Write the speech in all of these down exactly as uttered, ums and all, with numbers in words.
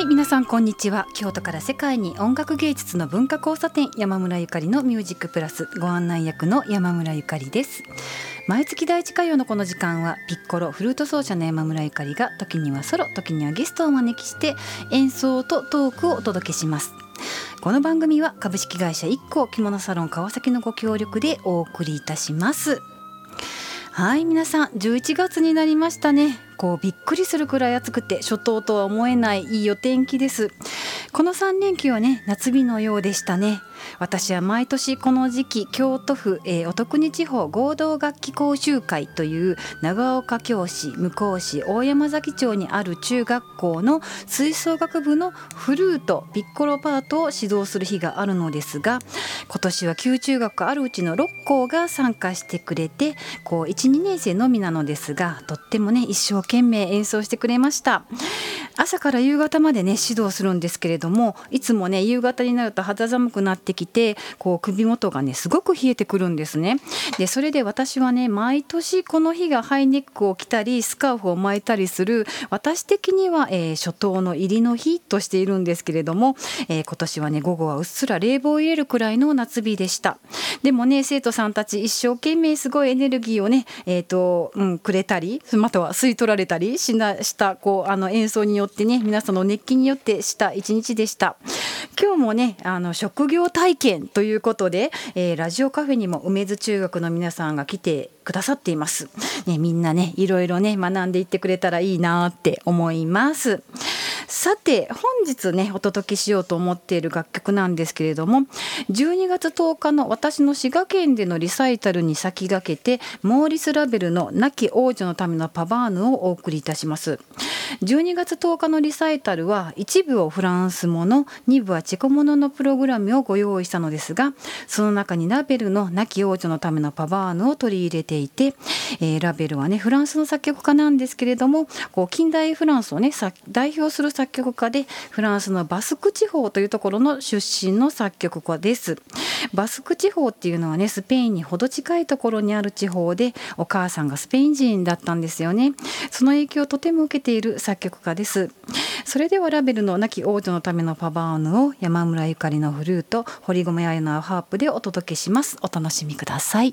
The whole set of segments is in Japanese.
皆さんこんにちは。京都から世界に音楽芸術の文化交差点、山村ゆかりのミュージックプラスご案内役の山村ゆかりです。毎月第一火曜のこの時間はピッコロフルート奏者の山村ゆかりが時にはソロ、時にはゲストをお招きして演奏とトークをお届けします。この番組は株式会社イッコー着物サロン川崎のご協力でお送りいたします。はい、皆さんじゅういちがつになりましたね。こうびっくりするくらい暑くて初冬とは思えないいいお天気です。このさん連休はね、夏日のようでしたね。私は毎年この時期京都府、えー、お徳に地方合同楽器講習会という長岡京市、向日市、大山崎町にある中学校の吹奏楽部のフルートピッコロパートを指導する日があるのですが、今年はきゅう中学あるうちのろっ校が参加してくれて、こういち、にねん生のみなのですが、とってもね一生懸命演奏してくれました。朝から夕方までね指導するんですけれども、いつもね夕方になると肌寒くなってきて、こう首元がねすごく冷えてくるんですね。でそれで私はね毎年この日がハイネックを着たりスカーフを巻いたりする、私的には、えー、初冬の入りの日としているんですけれども、えー、今年はね午後はうっすら冷房を入れるくらいの夏日でした。でもね生徒さんたち一生懸命すごいエネルギーをね、えーとうん、くれたり、または吸い取られたりしなしたこうあの演奏によってね、皆さんの熱気によってした一日でした。今日もねあの職業体験ということで、えー、ラジオカフェにも梅津中学の皆さんが来てくださっています、ね、みんなねいろいろね学んでいってくれたらいいなって思います。さて本日ねお届けしようと思っている楽曲なんですけれども、じゅうにがつとおかの私の滋賀県でのリサイタルに先駆けてモーリス・ラベルの亡き王女のためのパバーヌをお送りいたします。じゅうにがつとおかのリサイタルはいち部をフランスもの、に部はチェコもののプログラムをご用意したのですが、その中にラベルの亡き王女のためのパバーヌを取り入れていて、えー、ラベルはねフランスの作曲家なんですけれども、こう近代フランスをね代表する作曲家で、フランスのバスク地方というところの出身の作曲家です。バスク地方っていうのはねスペインにほど近いところにある地方で、お母さんがスペイン人だったんですよね。その影響をとても受けている作曲家です。それではラベルの亡き王女のためのパバーヌを山村ゆかりのフルート、堀米彩のハープでお届けします。お楽しみください。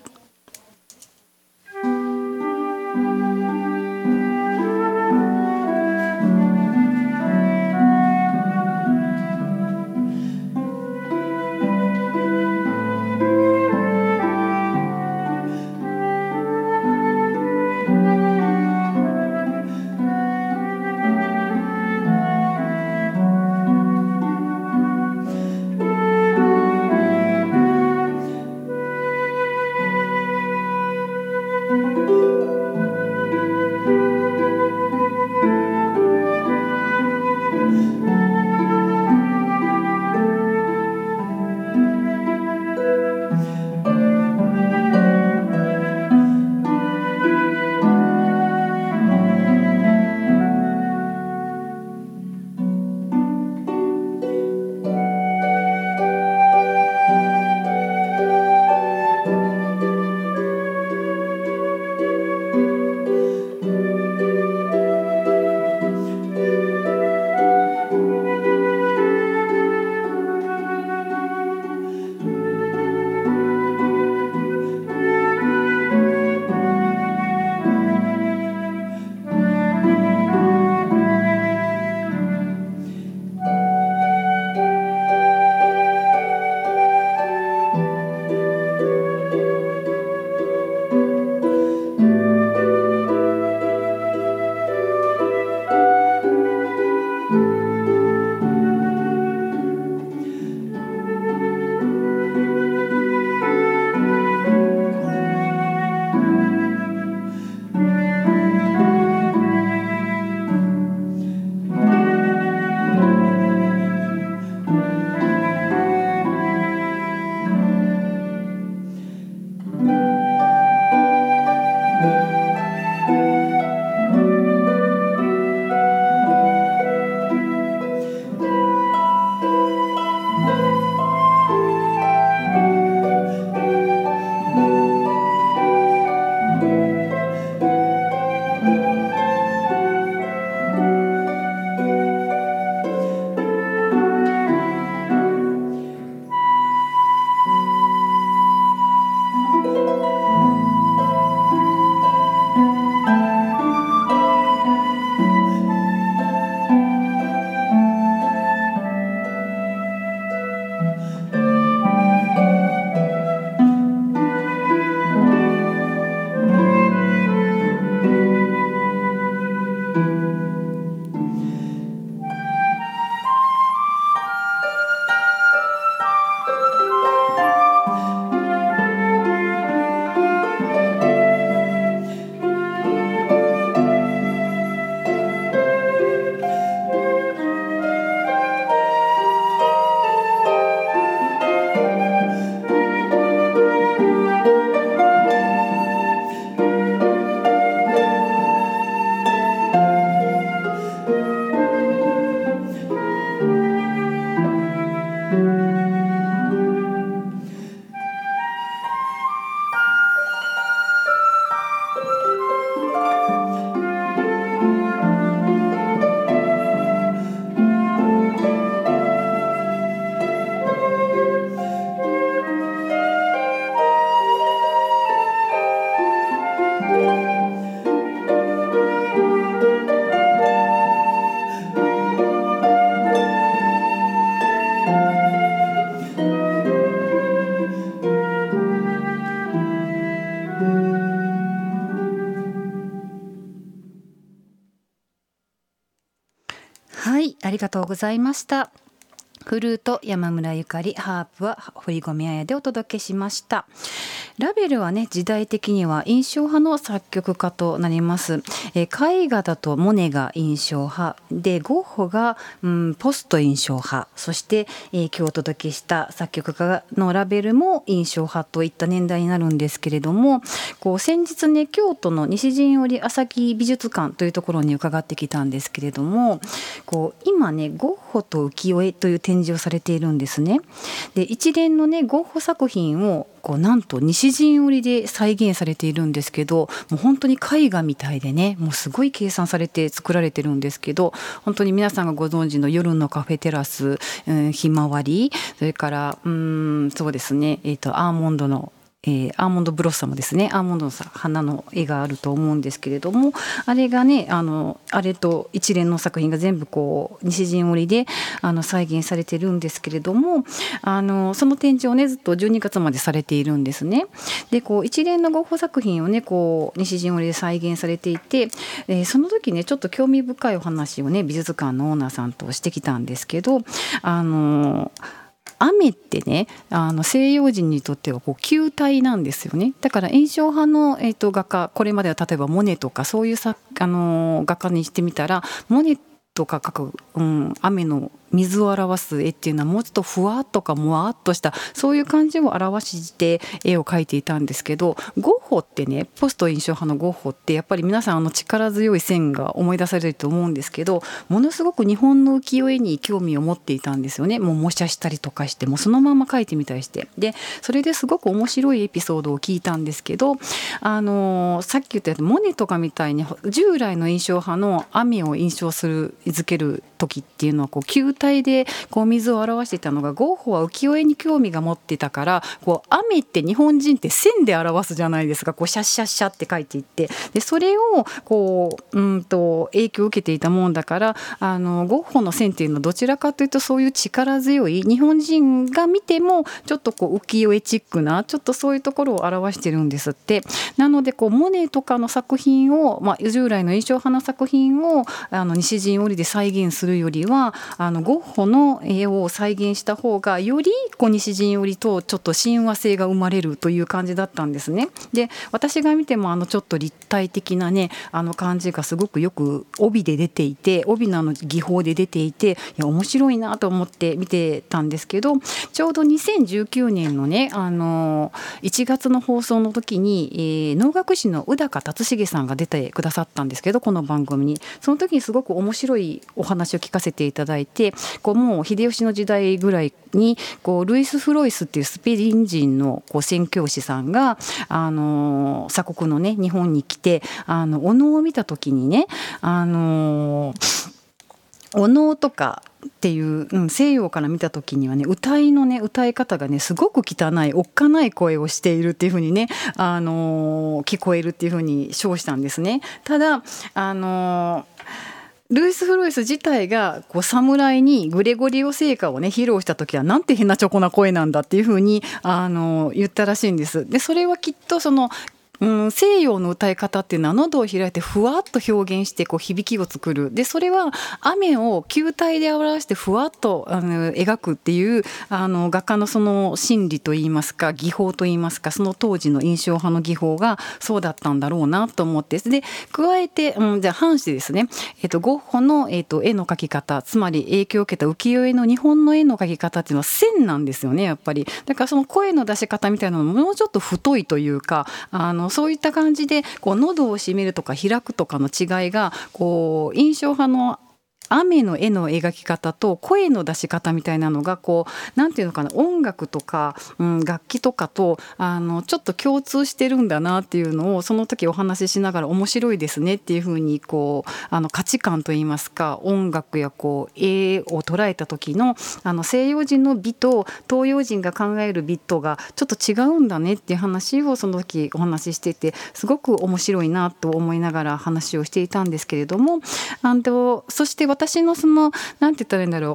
はいありがとうございました。フルート山村ゆかり、ハープは堀米彩でお届けしました。ラヴェルはね時代的には印象派の作曲家となります。えー、絵画だとモネが印象派で、ゴッホが、うん、ポスト印象派、そして、えー、今日お届けした作曲家のラヴェルも印象派といった年代になるんですけれども、こう先日ね京都の西陣織朝木美術館というところに伺ってきたんですけれども、こう今ねゴッホと浮世絵という展示をされているんですね。で一連のねゴッホ作品をこうなんと西陣織で再現されているんですけど、もう本当に絵画みたいでね、もうすごい計算されて作られてるんですけど、本当に皆さんがご存知の夜のカフェテラス、うん、ひまわり、それからうーんそうですね、えーと、アーモンドのえー、アーモンドブロッサムですね、アーモンドの花の絵があると思うんですけれども、あれがね あのあれと一連の作品が全部こう西陣織であの再現されてるんですけれども、あのその展示をねずっとじゅうにがつまでされているんですね。でこう一連のゴッホ作品をねこう西陣織で再現されていて、えー、その時ねちょっと興味深いお話をね美術館のオーナーさんとしてきたんですけど、あの雨ってねあの西洋人にとってはこう球体なんですよね。だから印象派の、えー、と画家、これまでは例えばモネとかそういうさあの画家にしてみたら、モネとか描く、うん、雨の水を表す絵っていうのはもうちょっとふわっとかもわっとしたそういう感じを表して絵を描いていたんですけど、ゴッホってねポスト印象派のゴッホってやっぱり皆さんあの力強い線が思い出されると思うんですけど、ものすごく日本の浮世絵に興味を持っていたんですよね。もう模写したりとかしてもうそのまま描いてみたりして、でそれですごく面白いエピソードを聞いたんですけど、あのー、さっき言ったようにモネとかみたいに従来の印象派の雨を印象するづける時っていうのはこう球体でこう水を表していたのが、ゴッホは浮世絵に興味が持っていたから、こう雨って日本人って線で表すじゃないですか。こうシャッシャッシャって書いていって、でそれをこううんと影響を受けていたもんだから、あのゴッホの線っていうのはどちらかというとそういう力強い日本人が見てもちょっとこう浮世絵チックなちょっとそういうところを表してるんですって。なのでこうモネとかの作品を、まあ、従来の印象派の作品をあの西陣織で再現するよりはあのゴッホの絵を再現した方がよりこう西陣織とちょっと親和性が生まれるという感じだったんですね。で私が見てもあのちょっと立体的なねあの感じがすごくよく帯で出ていて、帯のあの技法で出ていて、いや面白いなと思って見てたんですけど、ちょうどにせんじゅうきゅうねんのねあのいちがつの放送の時に、えー、能楽師の宇高達成さんが出てくださったんですけど、この番組にその時にすごく面白いお話を聞かせていただいて、こうもう秀吉の時代ぐらいにこうルイス・フロイスっていうスペイン人のこう宣教師さんが、あのー、鎖国のね日本に来てあのお能を見た時にね、あのー、お能とかっていう、うん、西洋から見た時にはね歌いのね歌い方がねすごく汚いおっかない声をしているっていう風にね、あのー、聞こえるっていう風に称したんですね。ただあのールイス・フロイス自体がこう侍にグレゴリオ聖歌をね披露した時はなんて変なチョコな声なんだっていう風にあの言ったらしいんです。でそれはきっとそのうん、西洋の歌い方っていうのは喉を開いてふわっと表現してこう響きを作る。でそれは雨を球体で表してふわっとあの描くっていうあの画家のその心理といいますか技法といいますか、その当時の印象派の技法がそうだったんだろうなと思って、で加えて、うん、じゃあ反してですね、えっと、ゴッホの、えっと、絵の描き方、つまり影響を受けた浮世絵の日本の絵の描き方っていうのは線なんですよねやっぱり。だからその声の出し方みたいなのももうちょっと太いというか、あのそういった感じでこう喉を閉めるとか開くとかの違いがこう印象派の雨の絵の描き方と声の出し方みたいなのがこうなんていうのかな、音楽とか、うん、楽器とかとあのちょっと共通してるんだなっていうのをその時お話ししながら面白いですねっていうふうにこうあの価値観といいますか、音楽やこう絵を捉えた時のあの西洋人の美と東洋人が考える美とがちょっと違うんだねっていう話をその時お話ししてて、すごく面白いなと思いながら話をしていたんですけれども、あのそして私のそのなんて言ったらいいんだろう、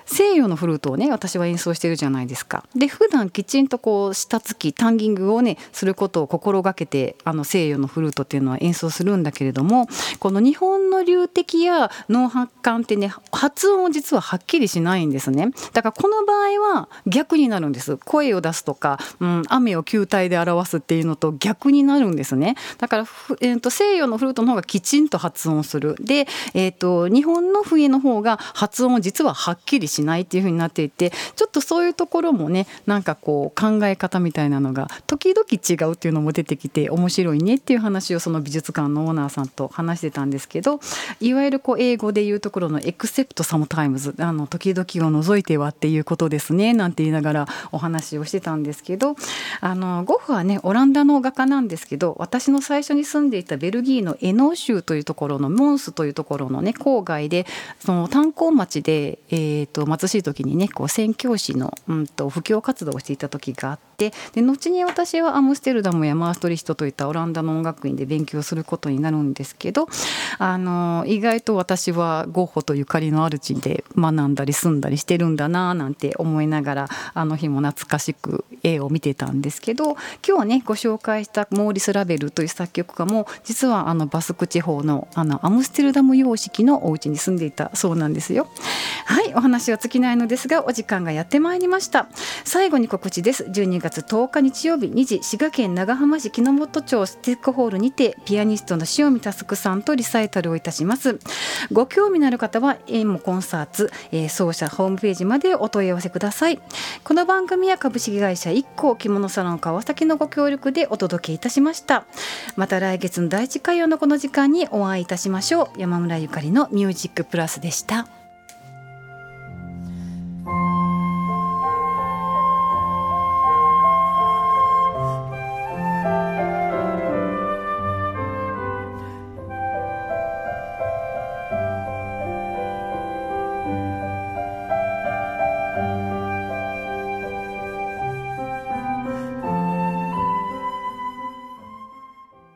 西洋のフルートをね私は演奏してるじゃないですか。で普段きちんとこう下つきタンギングをねすることを心がけてあの西洋のフルートっていうのは演奏するんだけれども、この日本の流笛や能発管ってね発音実ははっきりしないんですね。だからこの場合は逆になるんです。声を出すとか、うん、雨を球体で表すっていうのと逆になるんですね。だから、えー、と西洋のフルートの方がきちんと発音する。で、えー、と日本の笛の方が発音実ははっきりしないっていう風になっていて、ちょっとそういうところもねなんかこう考え方みたいなのが時々違うっていうのも出てきて面白いねっていう話をその美術館のオーナーさんと話してたんですけど、いわゆるこう英語で言うところのエクセプトサムタイムズ、あの時々を除いてはっていうことですねなんて言いながらお話をしてたんですけど、あのゴッホはねオランダの画家なんですけど、私の最初に住んでいたベルギーのエノー州というところのモンスというところのね郊外でその炭鉱町で、えー、と貧しい時にねこう宣教師の、うん、と布教活動をしていた時があって、で後に私はアムステルダムやマーストリヒトといったオランダの音楽院で勉強することになるんですけど、あの意外と私はゴッホとゆかりのある地で学んだり住んだりしてるんだななんて思いながらあの日も懐かしく絵を見てたんですけど、今日ねご紹介したモーリス・ラベルという作曲家も実はあのバスク地方のあのアムステルダム様式のお家に住んでいたそうなんですよ。はい、お話は尽きないのですがお時間がやってまいりました。最後に告知です。じゅうにがつとおか日曜日にじ滋賀県長浜市木之本町スティックホールにてピアニストの塩見佑さんとリサイタルをいたします。ご興味のある方はエモコンサーツ、えー、奏者ホームページまでお問い合わせください。この番組は株式会社いっこ着物サロン川崎のご協力でお届けいたしました。また来月のだいいち火曜のこの時間にお会いいたしましょう。山村ゆかりのミュージックプラスでした。